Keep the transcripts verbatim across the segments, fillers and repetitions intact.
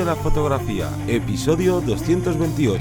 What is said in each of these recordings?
la fotografía, episodio doscientos veintiocho.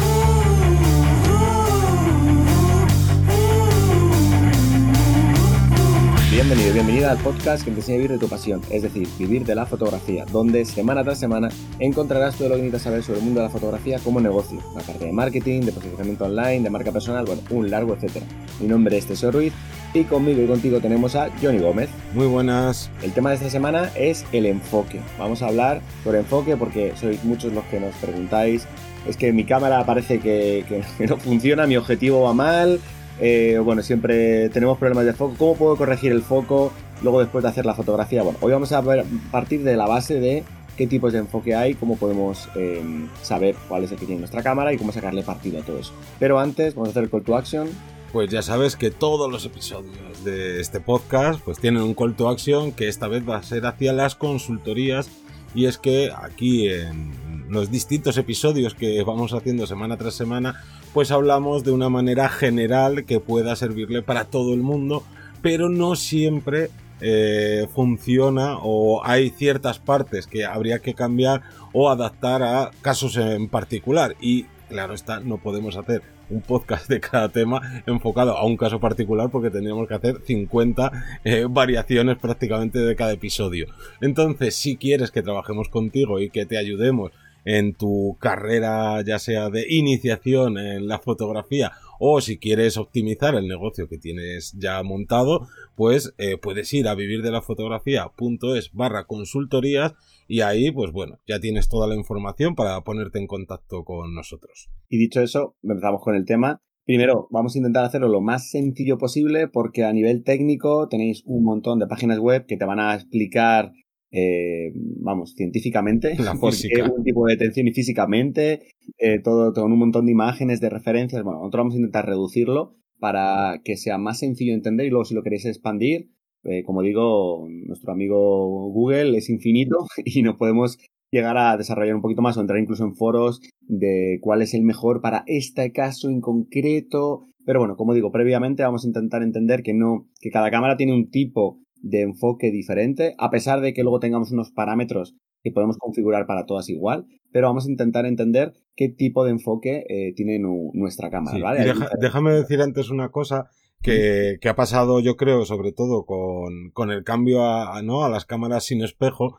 Bienvenido, bienvenida al podcast que te enseña a vivir de tu pasión, es decir, vivir de la fotografía, donde semana tras semana encontrarás todo lo que necesitas saber sobre el mundo de la fotografía como negocio, la parte de marketing, de posicionamiento online, de marca personal, bueno, un largo etcétera. Mi nombre es Teseo Ruiz y conmigo y contigo tenemos a Johnny Gómez. Muy buenas. El tema de esta semana es el enfoque. Vamos a hablar sobre enfoque porque sois muchos los que nos preguntáis, es que mi cámara parece que, que, que no funciona, mi objetivo va mal. Eh, bueno, siempre tenemos problemas de foco. ¿Cómo puedo corregir el foco luego después de hacer la fotografía? Bueno, hoy vamos a ver, partir de la base de qué tipos de enfoque hay, cómo podemos eh, saber cuál es el que tiene nuestra cámara y cómo sacarle partido a todo eso. Pero antes, vamos a hacer el call to action. Pues ya sabes que todos los episodios de este podcast pues tienen un call to action que esta vez va a ser hacia las consultorías, y es que aquí en los distintos episodios que vamos haciendo semana tras semana pues hablamos de una manera general que pueda servirle para todo el mundo, pero no siempre eh, funciona, o hay ciertas partes que habría que cambiar o adaptar a casos en particular. Y claro está, no podemos hacer un podcast de cada tema enfocado a un caso particular porque tendríamos que hacer cincuenta eh, variaciones prácticamente de cada episodio. Entonces, si quieres que trabajemos contigo y que te ayudemos en tu carrera, ya sea de iniciación en la fotografía, o si quieres optimizar el negocio que tienes ya montado, pues eh, puedes ir a vivirdelafotografía.es barra consultorías, y ahí, pues bueno, ya tienes toda la información para ponerte en contacto con nosotros. Y dicho eso, empezamos con el tema. Primero, vamos a intentar hacerlo lo más sencillo posible porque a nivel técnico tenéis un montón de páginas web que te van a explicar Eh, vamos, científicamente, la porque física, un tipo de detención y físicamente, eh, todo con un montón de imágenes, de referencias. Bueno, nosotros vamos a intentar reducirlo para que sea más sencillo de entender, y luego si lo queréis expandir, eh, como digo, nuestro amigo Google es infinito y nos podemos llegar a desarrollar un poquito más o entrar incluso en foros de cuál es el mejor para este caso en concreto. Pero bueno, como digo, previamente vamos a intentar entender que no, que cada cámara tiene un tipo de enfoque diferente, a pesar de que luego tengamos unos parámetros que podemos configurar para todas igual, pero vamos a intentar entender qué tipo de enfoque eh, tiene nu- nuestra cámara, sí. ¿vale? Y deja, déjame decir antes una cosa que, que ha pasado, yo creo, sobre todo con, con el cambio a, a, ¿no? a las cámaras sin espejo,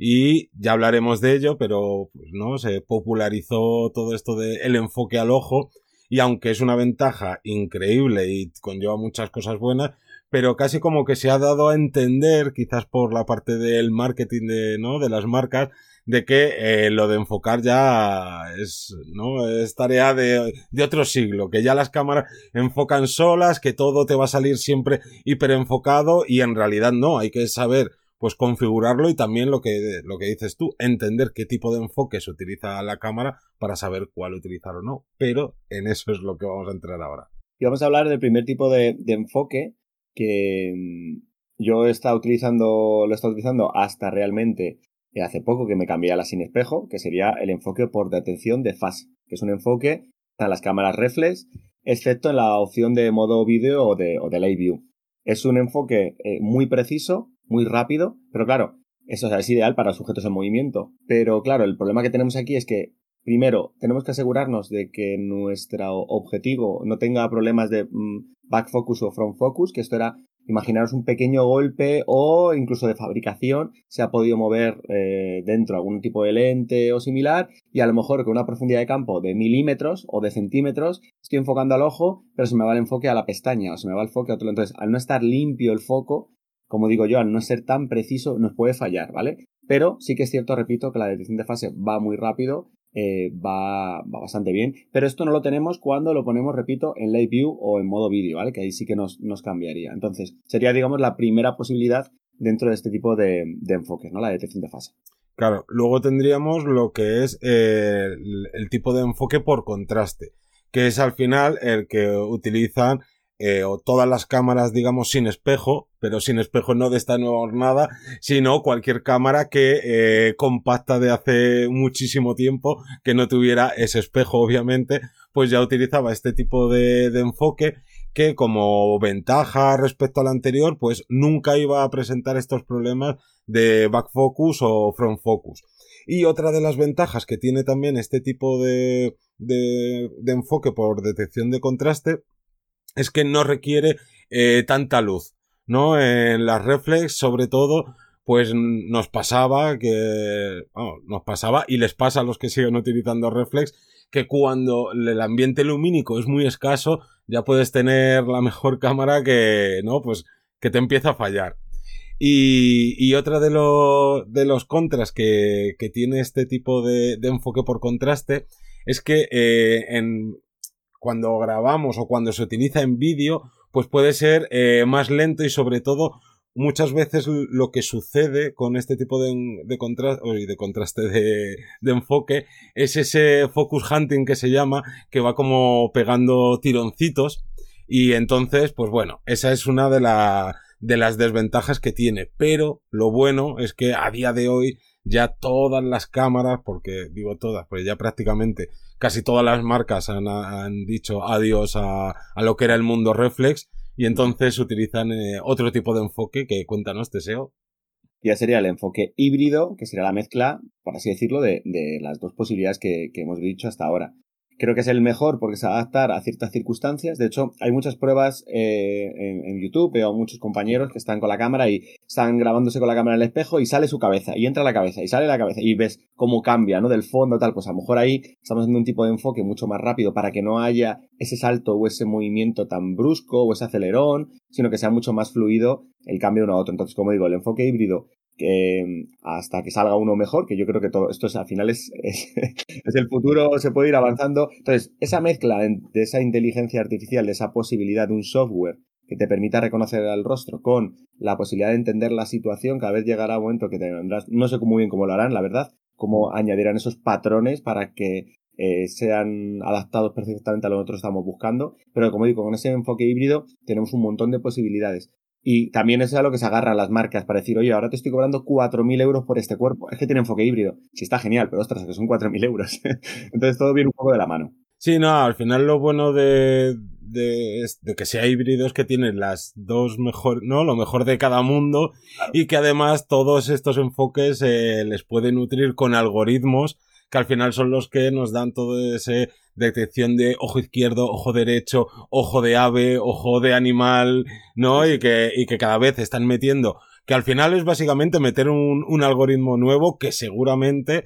y ya hablaremos de ello, pero pues, ¿no? Se popularizó todo esto del enfoque al ojo, y aunque es una ventaja increíble y conlleva muchas cosas buenas, pero casi como que se ha dado a entender, quizás por la parte del marketing de, ¿no? de las marcas, de que eh, lo de enfocar ya es, ¿no? es tarea de, de otro siglo, que ya las cámaras enfocan solas, que todo te va a salir siempre hiperenfocado, y en realidad no, hay que saber pues configurarlo, y también lo que, lo que dices tú, entender qué tipo de enfoque se utiliza la cámara para saber cuál utilizar o no, pero en eso es lo que vamos a entrar ahora. Y vamos a hablar del primer tipo de, de enfoque que mmm, yo he estado utilizando, lo he estado utilizando hasta realmente eh, hace poco, que me cambié a la sin espejo, que sería el enfoque por detención de fase, que es un enfoque en las cámaras reflex, excepto en la opción de modo vídeo o de, o de live view. Es un enfoque eh, muy preciso, muy rápido, pero claro, eso o sea, es ideal para sujetos en movimiento. Pero claro, el problema que tenemos aquí es que primero, tenemos que asegurarnos de que nuestro objetivo no tenga problemas de mmm, back focus o front focus, que esto era, imaginaros un pequeño golpe o incluso de fabricación, se ha podido mover eh, dentro algún tipo de lente o similar, y a lo mejor con una profundidad de campo de milímetros o de centímetros estoy enfocando al ojo, pero se me va el enfoque a la pestaña o se me va el enfoque a otro. Entonces, al no estar limpio el foco, como digo yo, al no ser tan preciso, nos puede fallar, ¿vale? Pero sí que es cierto, repito, que la detección de fase va muy rápido. Eh, va, va bastante bien, pero esto no lo tenemos cuando lo ponemos, repito, en live view o en modo vídeo, ¿vale? Que ahí sí que nos, nos cambiaría. Entonces, sería, digamos, la primera posibilidad dentro de este tipo de, de enfoques, ¿no? La detección de fase. Claro, luego tendríamos lo que es eh, el, el tipo de enfoque por contraste, que es al final el que utilizan eh, o todas las cámaras, digamos, sin espejo, pero sin espejo no de esta nueva hornada, sino cualquier cámara que eh, compacta de hace muchísimo tiempo, que no tuviera ese espejo, obviamente, pues ya utilizaba este tipo de, de enfoque, que como ventaja respecto al anterior, pues nunca iba a presentar estos problemas de back focus o front focus. Y otra de las ventajas que tiene también este tipo de, de, de enfoque por detección de contraste es que no requiere eh, tanta luz, ¿no? En las reflex, sobre todo, pues nos pasaba que, oh, nos pasaba y les pasa a los que siguen utilizando reflex, que cuando el ambiente lumínico es muy escaso, ya puedes tener la mejor cámara que, ¿no? Pues que te empieza a fallar. Y, y otra de, lo, de los contras que, que tiene este tipo de, de enfoque por contraste es que eh, en, cuando grabamos o cuando se utiliza en vídeo, pues puede ser eh, más lento y sobre todo muchas veces lo que sucede con este tipo de, de, contra, de contraste de, de enfoque es ese focus hunting que se llama, que va como pegando tironcitos y entonces, pues bueno, esa es una de, la, de las desventajas que tiene, pero lo bueno es que a día de hoy ya todas las cámaras, porque digo todas, pues ya prácticamente casi todas las marcas han, han dicho adiós a, a lo que era el mundo reflex y entonces utilizan eh, otro tipo de enfoque que cuéntanos, Teseo. Ya sería el enfoque híbrido, que sería la mezcla, por así decirlo, de, de las dos posibilidades que, que hemos dicho hasta ahora. Creo que es el mejor porque se va a adaptar a ciertas circunstancias. De hecho, hay muchas pruebas eh, en, en YouTube. Veo muchos compañeros que están con la cámara y están grabándose con la cámara en el espejo y sale su cabeza, y entra la cabeza, y sale la cabeza, y ves cómo cambia, ¿no? Del fondo, tal. Pues a lo mejor ahí estamos haciendo un tipo de enfoque mucho más rápido para que no haya ese salto o ese movimiento tan brusco o ese acelerón, sino que sea mucho más fluido el cambio de uno a otro. Entonces, como digo, el enfoque híbrido, que hasta que salga uno mejor, que yo creo que todo esto es, al final es, es, es el futuro, se puede ir avanzando. Entonces, esa mezcla de esa inteligencia artificial, de esa posibilidad de un software que te permita reconocer el rostro con la posibilidad de entender la situación, cada vez llegará un momento que tendrás, no sé muy bien cómo lo harán, la verdad, cómo añadirán esos patrones para que eh, sean adaptados perfectamente a lo que nosotros estamos buscando, pero como digo, con ese enfoque híbrido tenemos un montón de posibilidades. Y también es a lo que se agarran las marcas para decir, oye, ahora te estoy cobrando cuatro mil euros por este cuerpo. Es que tiene enfoque híbrido. Sí, está genial, pero ostras, que son cuatro mil euros. Entonces todo viene un poco de la mano. Sí, no, al final lo bueno de, de, de que sea híbrido es que tiene las dos mejor, ¿no? Lo mejor de cada mundo, claro. Y que además todos estos enfoques eh, les pueden nutrir con algoritmos que al final son los que nos dan todo ese detección de ojo izquierdo, ojo derecho, ojo de ave, ojo de animal, ¿no? Y que, y que cada vez están metiendo, que al final es básicamente meter un, un algoritmo nuevo que seguramente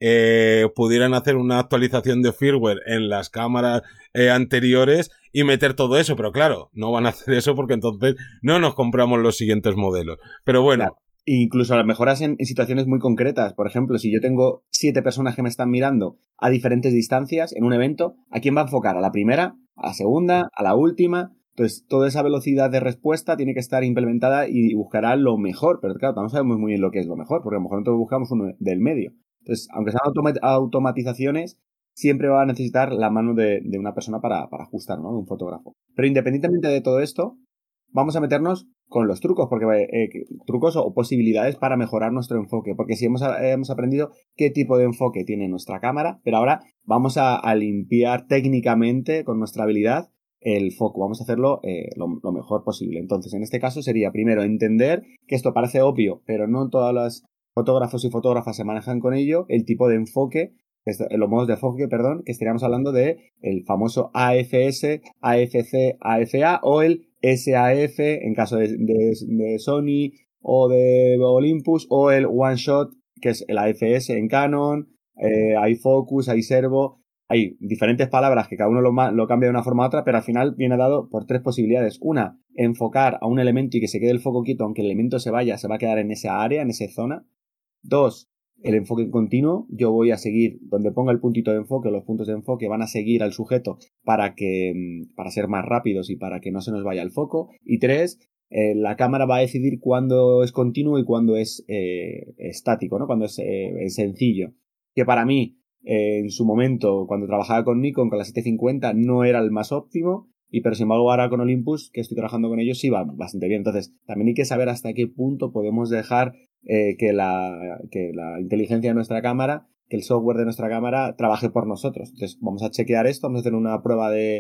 eh, pudieran hacer una actualización de firmware en las cámaras eh, anteriores y meter todo eso, pero claro, no van a hacer eso porque entonces no nos compramos los siguientes modelos. Pero bueno. Claro. Incluso las mejoras en, en situaciones muy concretas. Por ejemplo, si yo tengo siete personas que me están mirando a diferentes distancias en un evento, ¿a quién va a enfocar? ¿A la primera? ¿A la segunda? ¿A la última? Entonces, toda esa velocidad de respuesta tiene que estar implementada y buscará lo mejor. Pero claro, no sabemos muy bien lo que es lo mejor, porque a lo mejor nosotros buscamos uno del medio. Entonces, aunque sean automa- automatizaciones, siempre va a necesitar la mano de, de una persona para, para ajustar, ¿no? De un fotógrafo. Pero independientemente de todo esto, vamos a meternos con los trucos, porque eh, trucos o posibilidades para mejorar nuestro enfoque, porque si hemos, hemos aprendido qué tipo de enfoque tiene nuestra cámara, pero ahora vamos a, a limpiar técnicamente con nuestra habilidad el foco, vamos a hacerlo eh, lo, lo mejor posible. Entonces, en este caso sería primero entender que esto parece obvio, pero no todos los fotógrafos y fotógrafas se manejan con ello, el tipo de enfoque, los modos de enfoque, perdón, que estaríamos hablando de el famoso A F S, A F C, A F A o el S A F en caso de, de, de Sony o de Olympus, o el One Shot, que es el A F S en Canon, eh, hay Focus, hay Servo, hay diferentes palabras que cada uno lo, lo cambia de una forma u otra, pero al final viene dado por tres posibilidades. Una, enfocar a un elemento y que se quede el foco quieto, aunque el elemento se vaya, se va a quedar en esa área, en esa zona. Dos, el enfoque continuo, yo voy a seguir donde ponga el puntito de enfoque, los puntos de enfoque van a seguir al sujeto para que para ser más rápidos y para que no se nos vaya el foco. Y tres, eh, la cámara va a decidir cuándo es continuo y cuándo es eh, estático, ¿no? Cuándo es, eh, es sencillo. Que para mí, eh, en su momento, cuando trabajaba con Nikon, con la setecientos cincuenta, no era el más óptimo, y pero sin embargo ahora con Olympus, que estoy trabajando con ellos, sí va bastante bien. Entonces, también hay que saber hasta qué punto podemos dejar Eh, que, la, que la inteligencia de nuestra cámara, que el software de nuestra cámara trabaje por nosotros. Entonces vamos a chequear esto, vamos a hacer una prueba de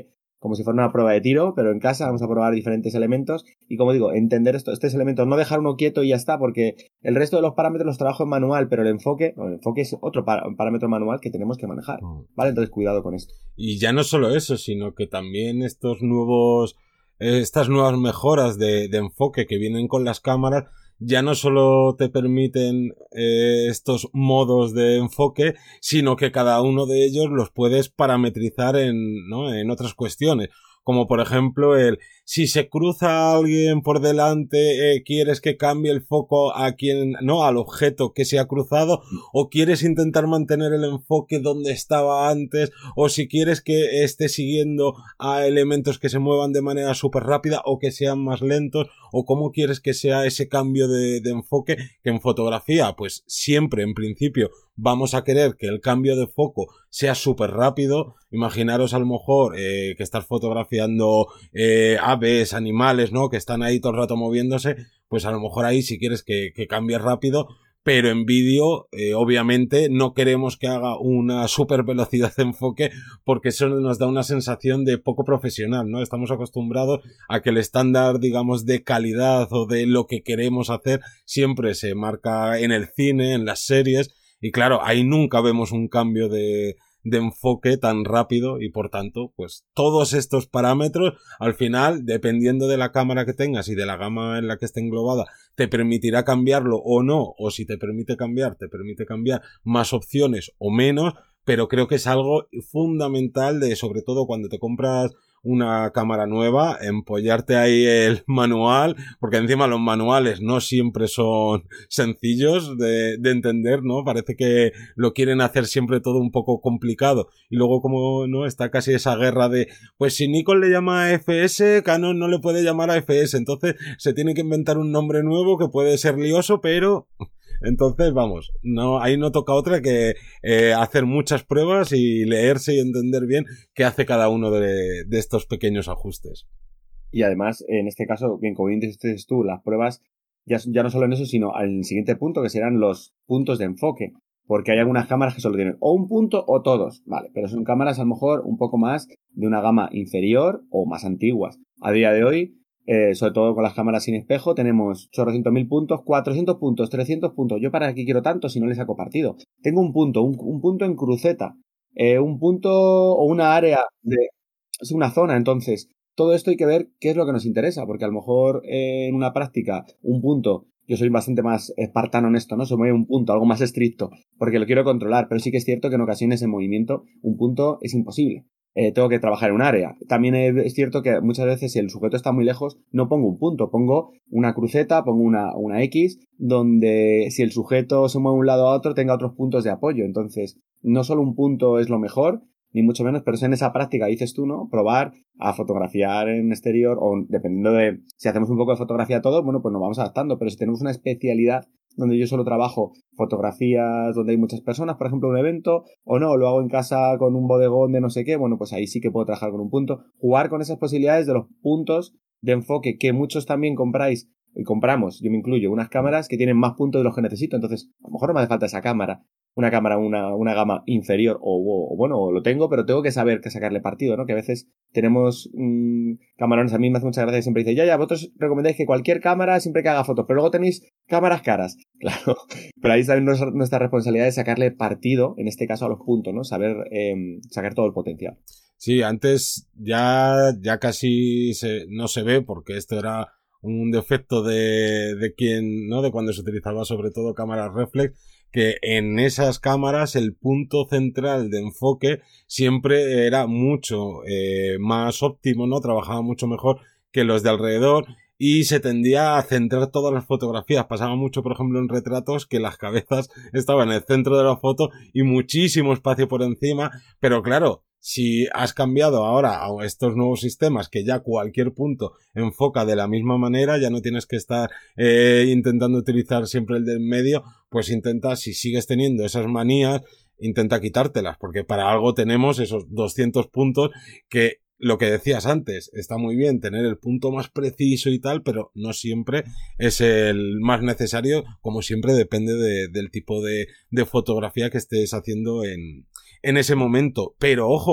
como si fuera una prueba de tiro, pero en casa vamos a probar diferentes elementos y, como digo, entender esto, estos elementos, no dejar uno quieto y ya está, porque el resto de los parámetros los trabajo en manual, pero el enfoque, bueno, el enfoque es otro par- parámetro manual que tenemos que manejar, ¿vale? Entonces, cuidado con esto. Y ya no solo eso, sino que también estos nuevos, eh, estas nuevas mejoras de, de enfoque que vienen con las cámaras, ya no solo te permiten eh, estos modos de enfoque, sino que cada uno de ellos los puedes parametrizar en, ¿no? en otras cuestiones. Como por ejemplo el, si se cruza alguien por delante, eh, quieres que cambie el foco a quien, no, al objeto que se ha cruzado, o quieres intentar mantener el enfoque donde estaba antes, o si quieres que esté siguiendo a elementos que se muevan de manera súper rápida o que sean más lentos, o cómo quieres que sea ese cambio de, de enfoque, que en fotografía, pues siempre en principio vamos a querer que el cambio de foco sea súper rápido. Imaginaros a lo mejor eh, que estás fotografiando eh, aves, animales, ¿no? Que están ahí todo el rato moviéndose, pues a lo mejor ahí si quieres que, que cambie rápido, pero en vídeo eh, obviamente no queremos que haga una super velocidad de enfoque porque eso nos da una sensación de poco profesional, ¿no? Estamos acostumbrados a que el estándar, digamos, de calidad o de lo que queremos hacer siempre se marca en el cine, en las series, y claro, ahí nunca vemos un cambio de, de enfoque tan rápido y por tanto, pues todos estos parámetros, al final, dependiendo de la cámara que tengas y de la gama en la que esté englobada, te permitirá cambiarlo o no, o si te permite cambiar, te permite cambiar más opciones o menos, pero creo que es algo fundamental de, sobre todo cuando te compras una cámara nueva, empollarte ahí el manual, porque encima los manuales no siempre son sencillos de, de entender, ¿no? Parece que lo quieren hacer siempre todo un poco complicado, y luego como, ¿no? Está casi esa guerra de, pues si Nikon le llama a F S, Canon no le puede llamar a F S, entonces se tiene que inventar un nombre nuevo que puede ser lioso, pero... Entonces, vamos, no, ahí no toca otra que eh, hacer muchas pruebas y leerse y entender bien qué hace cada uno de, de estos pequeños ajustes. Y además, en este caso, bien, como bien dices tú, las pruebas ya, ya no solo en eso, sino al siguiente punto, que serán los puntos de enfoque. Porque hay algunas cámaras que solo tienen o un punto o todos, vale, pero son cámaras a lo mejor un poco más de una gama inferior o más antiguas. A día de hoy, Eh, sobre todo con las cámaras sin espejo, tenemos ochocientos mil puntos, cuatrocientos puntos, trescientos puntos. ¿Yo para qué quiero tanto si no le saco partido? Tengo un punto, un, un punto en cruceta, eh, un punto o una área de... Es una zona, entonces, todo esto hay que ver qué es lo que nos interesa, porque a lo mejor eh, en una práctica, un punto, yo soy bastante más espartano en esto, ¿no? Se mueve un punto, algo más estricto, porque lo quiero controlar, pero sí que es cierto que en ocasiones en movimiento un punto es imposible. Eh, tengo que trabajar en un área. También es cierto que muchas veces si el sujeto está muy lejos, no pongo un punto, pongo una cruceta, pongo una, una X, donde si el sujeto se mueve de un lado a otro tenga otros puntos de apoyo. Entonces, no solo un punto es lo mejor, ni mucho menos, pero es en esa práctica, dices tú, ¿no? Probar a fotografiar en exterior, o dependiendo de si hacemos un poco de fotografía todos, bueno, pues nos vamos adaptando, pero si tenemos una especialidad donde yo solo trabajo fotografías donde hay muchas personas, por ejemplo un evento, o no, lo hago en casa con un bodegón de no sé qué, bueno, pues ahí sí que puedo trabajar con un punto, jugar con esas posibilidades de los puntos de enfoque que muchos también compráis y compramos, yo me incluyo, unas cámaras que tienen más puntos de los que necesito, entonces a lo mejor no me hace falta esa cámara, una cámara, una, una gama inferior, o, o, o bueno, lo tengo, pero tengo que saber que sacarle partido, ¿no? Que a veces tenemos mmm, camarones, a mí me hace mucha gracia que siempre dice, ya, ya, vosotros recomendáis que cualquier cámara siempre que haga fotos, pero luego tenéis cámaras caras, claro, pero ahí está nuestra, nuestra responsabilidad de sacarle partido, en este caso a los puntos, ¿no? Saber eh, sacar todo el potencial. Sí, antes ya, ya casi se, no se ve porque esto era un defecto de, de quien, ¿no? De cuando se utilizaba sobre todo cámaras reflex, que en esas cámaras el punto central de enfoque siempre era mucho eh, más óptimo, ¿no? Trabajaba mucho mejor que los de alrededor y se tendía a centrar todas las fotografías. Pasaba mucho, por ejemplo, en retratos que las cabezas estaban en el centro de la foto y muchísimo espacio por encima, pero claro, si has cambiado ahora a estos nuevos sistemas que ya cualquier punto enfoca de la misma manera, ya no tienes que estar eh, intentando utilizar siempre el del medio, pues intenta, si sigues teniendo esas manías, intenta quitártelas, porque para algo tenemos esos doscientos puntos que, lo que decías antes, está muy bien tener el punto más preciso y tal, pero no siempre es el más necesario, como siempre depende de, del tipo de, de fotografía que estés haciendo en, en ese momento. Pero ojo,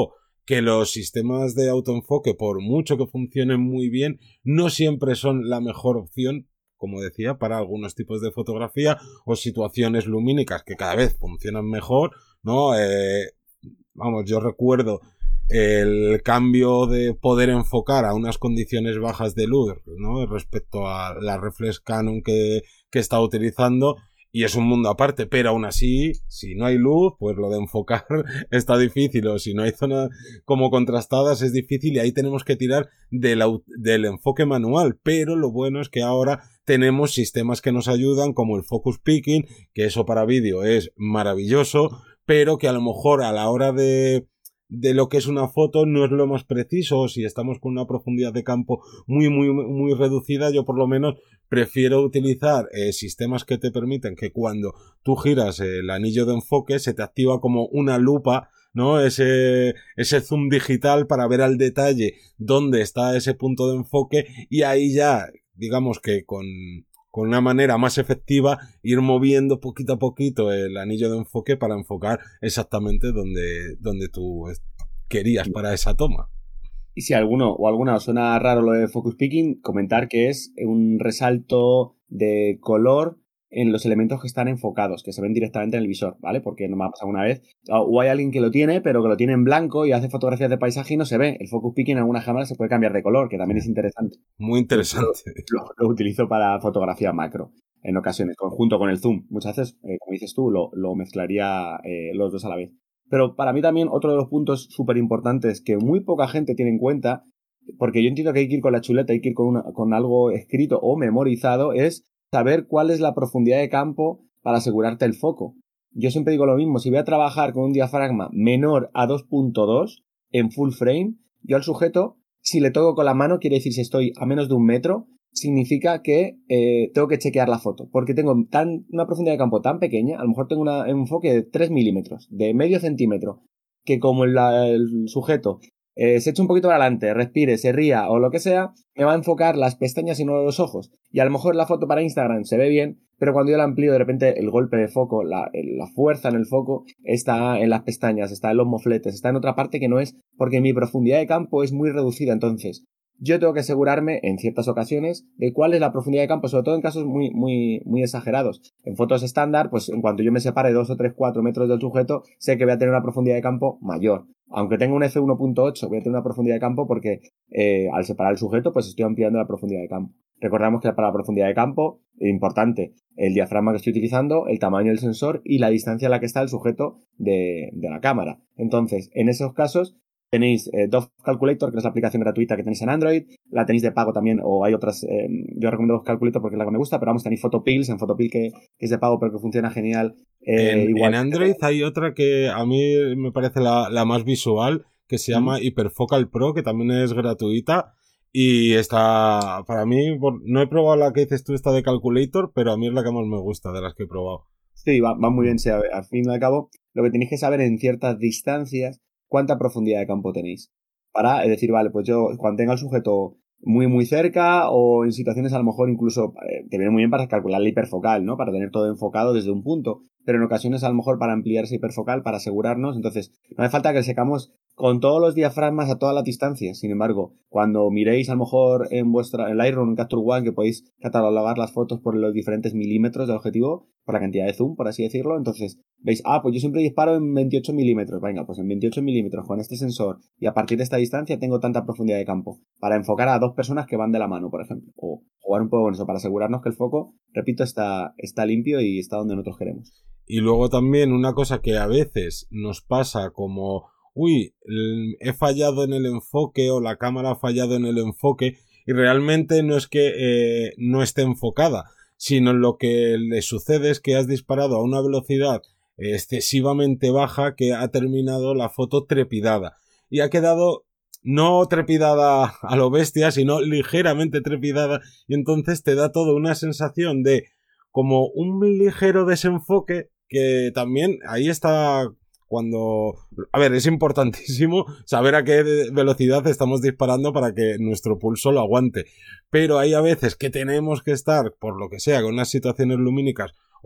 que los sistemas de autoenfoque, por mucho que funcionen muy bien, no siempre son la mejor opción, como decía, para algunos tipos de fotografía o situaciones lumínicas que cada vez funcionan mejor, ¿no? Eh, vamos, yo recuerdo el cambio de poder enfocar a unas condiciones bajas de luz, ¿no? Respecto a la reflex Canon que, que estaba utilizando, y es un mundo aparte, pero aún así, si no hay luz, pues lo de enfocar está difícil, o si no hay zonas como contrastadas es difícil, y ahí tenemos que tirar del, del enfoque manual. Pero lo bueno es que ahora tenemos sistemas que nos ayudan, como el focus picking, que eso para vídeo es maravilloso, pero que a lo mejor a la hora de de lo que es una foto no es lo más preciso. Si estamos con una profundidad de campo muy muy muy reducida, yo por lo menos prefiero utilizar eh, sistemas que te permiten que cuando tú giras el anillo de enfoque se te activa como una lupa, ¿no? Ese, ese zoom digital para ver al detalle dónde está ese punto de enfoque, y ahí ya, digamos que con con una manera más efectiva, ir moviendo poquito a poquito el anillo de enfoque para enfocar exactamente donde, donde tú querías para esa toma. Y si a alguno o alguna os suena raro lo de focus picking, comentar que es un resalto de color en los elementos que están enfocados, que se ven directamente en el visor, ¿vale? Porque no me ha pasado una vez. O hay alguien que lo tiene, pero que lo tiene en blanco y hace fotografías de paisaje y no se ve. El focus picking en algunas cámaras se puede cambiar de color, que también es interesante. Muy interesante. Lo, lo, lo utilizo para fotografía macro, en ocasiones, junto con el zoom. Muchas veces, eh, como dices tú, lo, lo mezclaría eh, los dos a la vez. Pero para mí también otro de los puntos súper importantes que muy poca gente tiene en cuenta, porque yo entiendo que hay que ir con la chuleta, hay que ir con, una, con algo escrito o memorizado, es saber cuál es la profundidad de campo para asegurarte el foco. Yo siempre digo lo mismo, si voy a trabajar con un diafragma menor a dos punto dos en full frame, yo al sujeto, si le toco con la mano, quiere decir si estoy a menos de un metro, significa que eh, tengo que chequear la foto, porque tengo tan, una profundidad de campo tan pequeña, a lo mejor tengo una, un enfoque de tres milímetros, de medio centímetro, que como el, el sujeto eh, se eche un poquito para adelante, respire, se ría o lo que sea, me va a enfocar las pestañas y no los ojos. Y a lo mejor la foto para Instagram se ve bien, pero cuando yo la amplío, de repente el golpe de foco, la, la fuerza en el foco está en las pestañas, está en los mofletes, está en otra parte que no es, porque mi profundidad de campo es muy reducida. Entonces yo tengo que asegurarme en ciertas ocasiones de cuál es la profundidad de campo, sobre todo en casos muy, muy, muy exagerados. En fotos estándar, pues en cuanto yo me separe dos o tres, cuatro metros del sujeto, sé que voy a tener una profundidad de campo mayor. Aunque tenga un F uno punto ocho, voy a tener una profundidad de campo porque eh, al separar el sujeto, pues estoy ampliando la profundidad de campo. Recordamos que para la profundidad de campo, importante, el diafragma que estoy utilizando, el tamaño del sensor y la distancia a la que está el sujeto de, de la cámara. Entonces, en esos casos, tenéis eh, Dove Calculator, que es la aplicación gratuita que tenéis en Android. La tenéis de pago también, o hay otras. Eh, yo recomiendo Dove Calculator porque es la que me gusta, pero vamos, tenéis Photopills en Photopills que, que es de pago, pero que funciona genial. Eh, en, igual en Android que... hay otra que a mí me parece la, la más visual, que se llama mm. Hyperfocal Pro, que también es gratuita. Y está, para mí, no he probado la que dices tú, esta de Calculator, pero a mí es la que más me gusta de las que he probado. Sí, va, va muy bien. Sí, al fin y al cabo, lo que tenéis que saber en ciertas distancias, cuánta profundidad de campo tenéis. Para decir, vale, pues yo cuando tenga el sujeto muy muy cerca o en situaciones a lo mejor incluso eh, te viene muy bien para calcular la hiperfocal, ¿no? Para tener todo enfocado desde un punto, pero en ocasiones a lo mejor para ampliar esa hiperfocal, para asegurarnos, entonces no hace falta que secamos con todos los diafragmas a todas las distancias. Sin embargo, cuando miréis a lo mejor en vuestra en Lightroom, en Capture One, que podéis catalogar las fotos por los diferentes milímetros del objetivo, por la cantidad de zoom, por así decirlo, entonces veis, ah, pues yo siempre disparo en veintiocho milímetros, venga, pues en veintiocho milímetros con este sensor y a partir de esta distancia tengo tanta profundidad de campo para enfocar a dos personas que van de la mano, por ejemplo, o jugar un poco con eso para asegurarnos que el foco, repito, está, está limpio y está donde nosotros queremos. Y luego también una cosa que a veces nos pasa como, uy, he fallado en el enfoque o la cámara ha fallado en el enfoque, y realmente no es que eh, no esté enfocada, sino lo que le sucede es que has disparado a una velocidad excesivamente baja que ha terminado la foto trepidada. Y ha quedado no trepidada a lo bestia, sino ligeramente trepidada, y entonces te da todo una sensación de como un ligero desenfoque, que también ahí está cuando... A ver, es importantísimo saber a qué velocidad estamos disparando para que nuestro pulso lo aguante, pero hay a veces que tenemos que estar, por lo que sea, con unas situaciones lumínicas o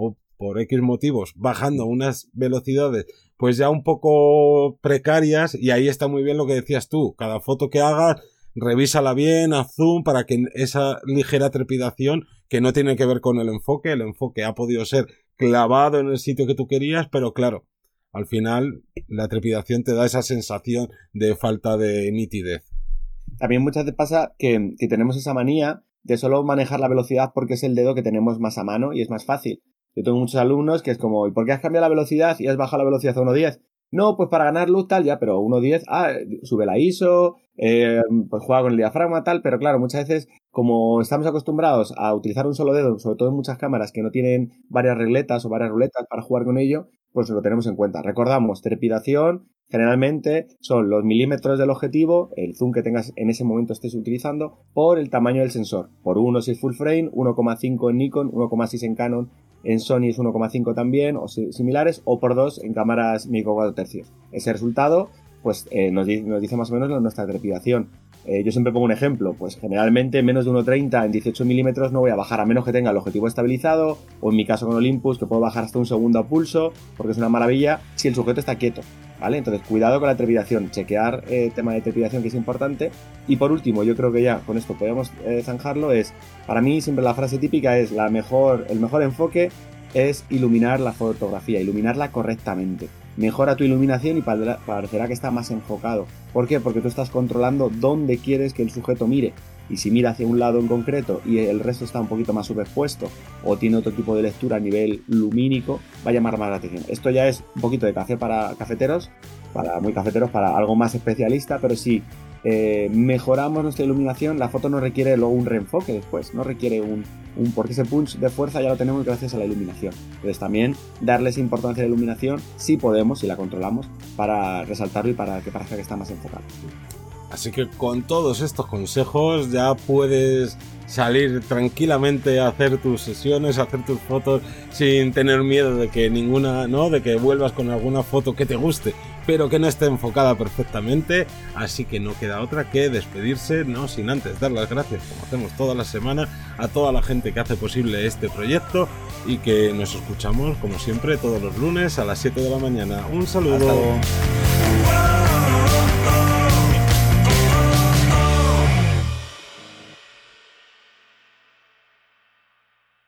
por X motivos, bajando a unas velocidades pues ya un poco precarias, y ahí está muy bien lo que decías tú, cada foto que hagas, revísala bien, haz zoom para que esa ligera trepidación, que no tiene que ver con el enfoque, el enfoque ha podido ser clavado en el sitio que tú querías, pero claro, al final la trepidación te da esa sensación de falta de nitidez. También muchas veces pasa que, que tenemos esa manía de solo manejar la velocidad porque es el dedo que tenemos más a mano y es más fácil. Yo tengo muchos alumnos que es como, ¿y por qué has cambiado la velocidad y has bajado la velocidad a uno diez? No, pues para ganar luz tal, ya, pero uno diez, ah, sube la I S O, eh, pues juega con el diafragma tal, pero claro, muchas veces como estamos acostumbrados a utilizar un solo dedo, sobre todo en muchas cámaras que no tienen varias regletas o varias ruletas para jugar con ello, pues lo tenemos en cuenta. Recordamos, trepidación generalmente son los milímetros del objetivo, el zoom que tengas en ese momento estés utilizando, por el tamaño del sensor. Por uno si es full frame, uno coma cinco en Nikon, uno coma seis en Canon, en Sony es uno coma cinco también, o similares, o por dos en cámaras micro cuatro tercios. Ese resultado pues eh, nos, di- nos dice más o menos nuestra trepidación. Eh, yo siempre pongo un ejemplo, pues generalmente menos de uno coma treinta en dieciocho milímetros no voy a bajar a menos que tenga el objetivo estabilizado, o en mi caso con Olympus que puedo bajar hasta un segundo a pulso, porque es una maravilla si el sujeto está quieto, ¿vale? Entonces cuidado con la trepidación, chequear el eh, tema de trepidación, que es importante. Y por último, yo creo que ya con esto podemos eh, zanjarlo, es, para mí siempre la frase típica es, la mejor, el mejor enfoque es iluminar la fotografía, iluminarla correctamente. Mejora tu iluminación y parecerá que está más enfocado. ¿Por qué? Porque tú estás controlando dónde quieres que el sujeto mire. Y si mira hacia un lado en concreto y el resto está un poquito más superpuesto o tiene otro tipo de lectura a nivel lumínico, va a llamar más la atención. Esto ya es un poquito de café para cafeteros, para muy cafeteros, para algo más especialista, pero si eh, mejoramos nuestra iluminación, la foto no requiere luego un reenfoque después, no requiere un, un porque ese punch de fuerza ya lo tenemos gracias a la iluminación. Entonces también darles importancia a la iluminación si podemos, si la controlamos, para resaltarlo y para que parezca que está más enfocado. Así que con todos estos consejos ya puedes salir tranquilamente a hacer tus sesiones, a hacer tus fotos sin tener miedo de que ninguna, ¿no? De que vuelvas con alguna foto que te guste, pero que no esté enfocada perfectamente. Así que no queda otra que despedirse, no sin antes dar las gracias, como hacemos toda la semana, a toda la gente que hace posible este proyecto y que nos escuchamos, como siempre, todos los lunes a las siete de la mañana. Un saludo. Hasta luego.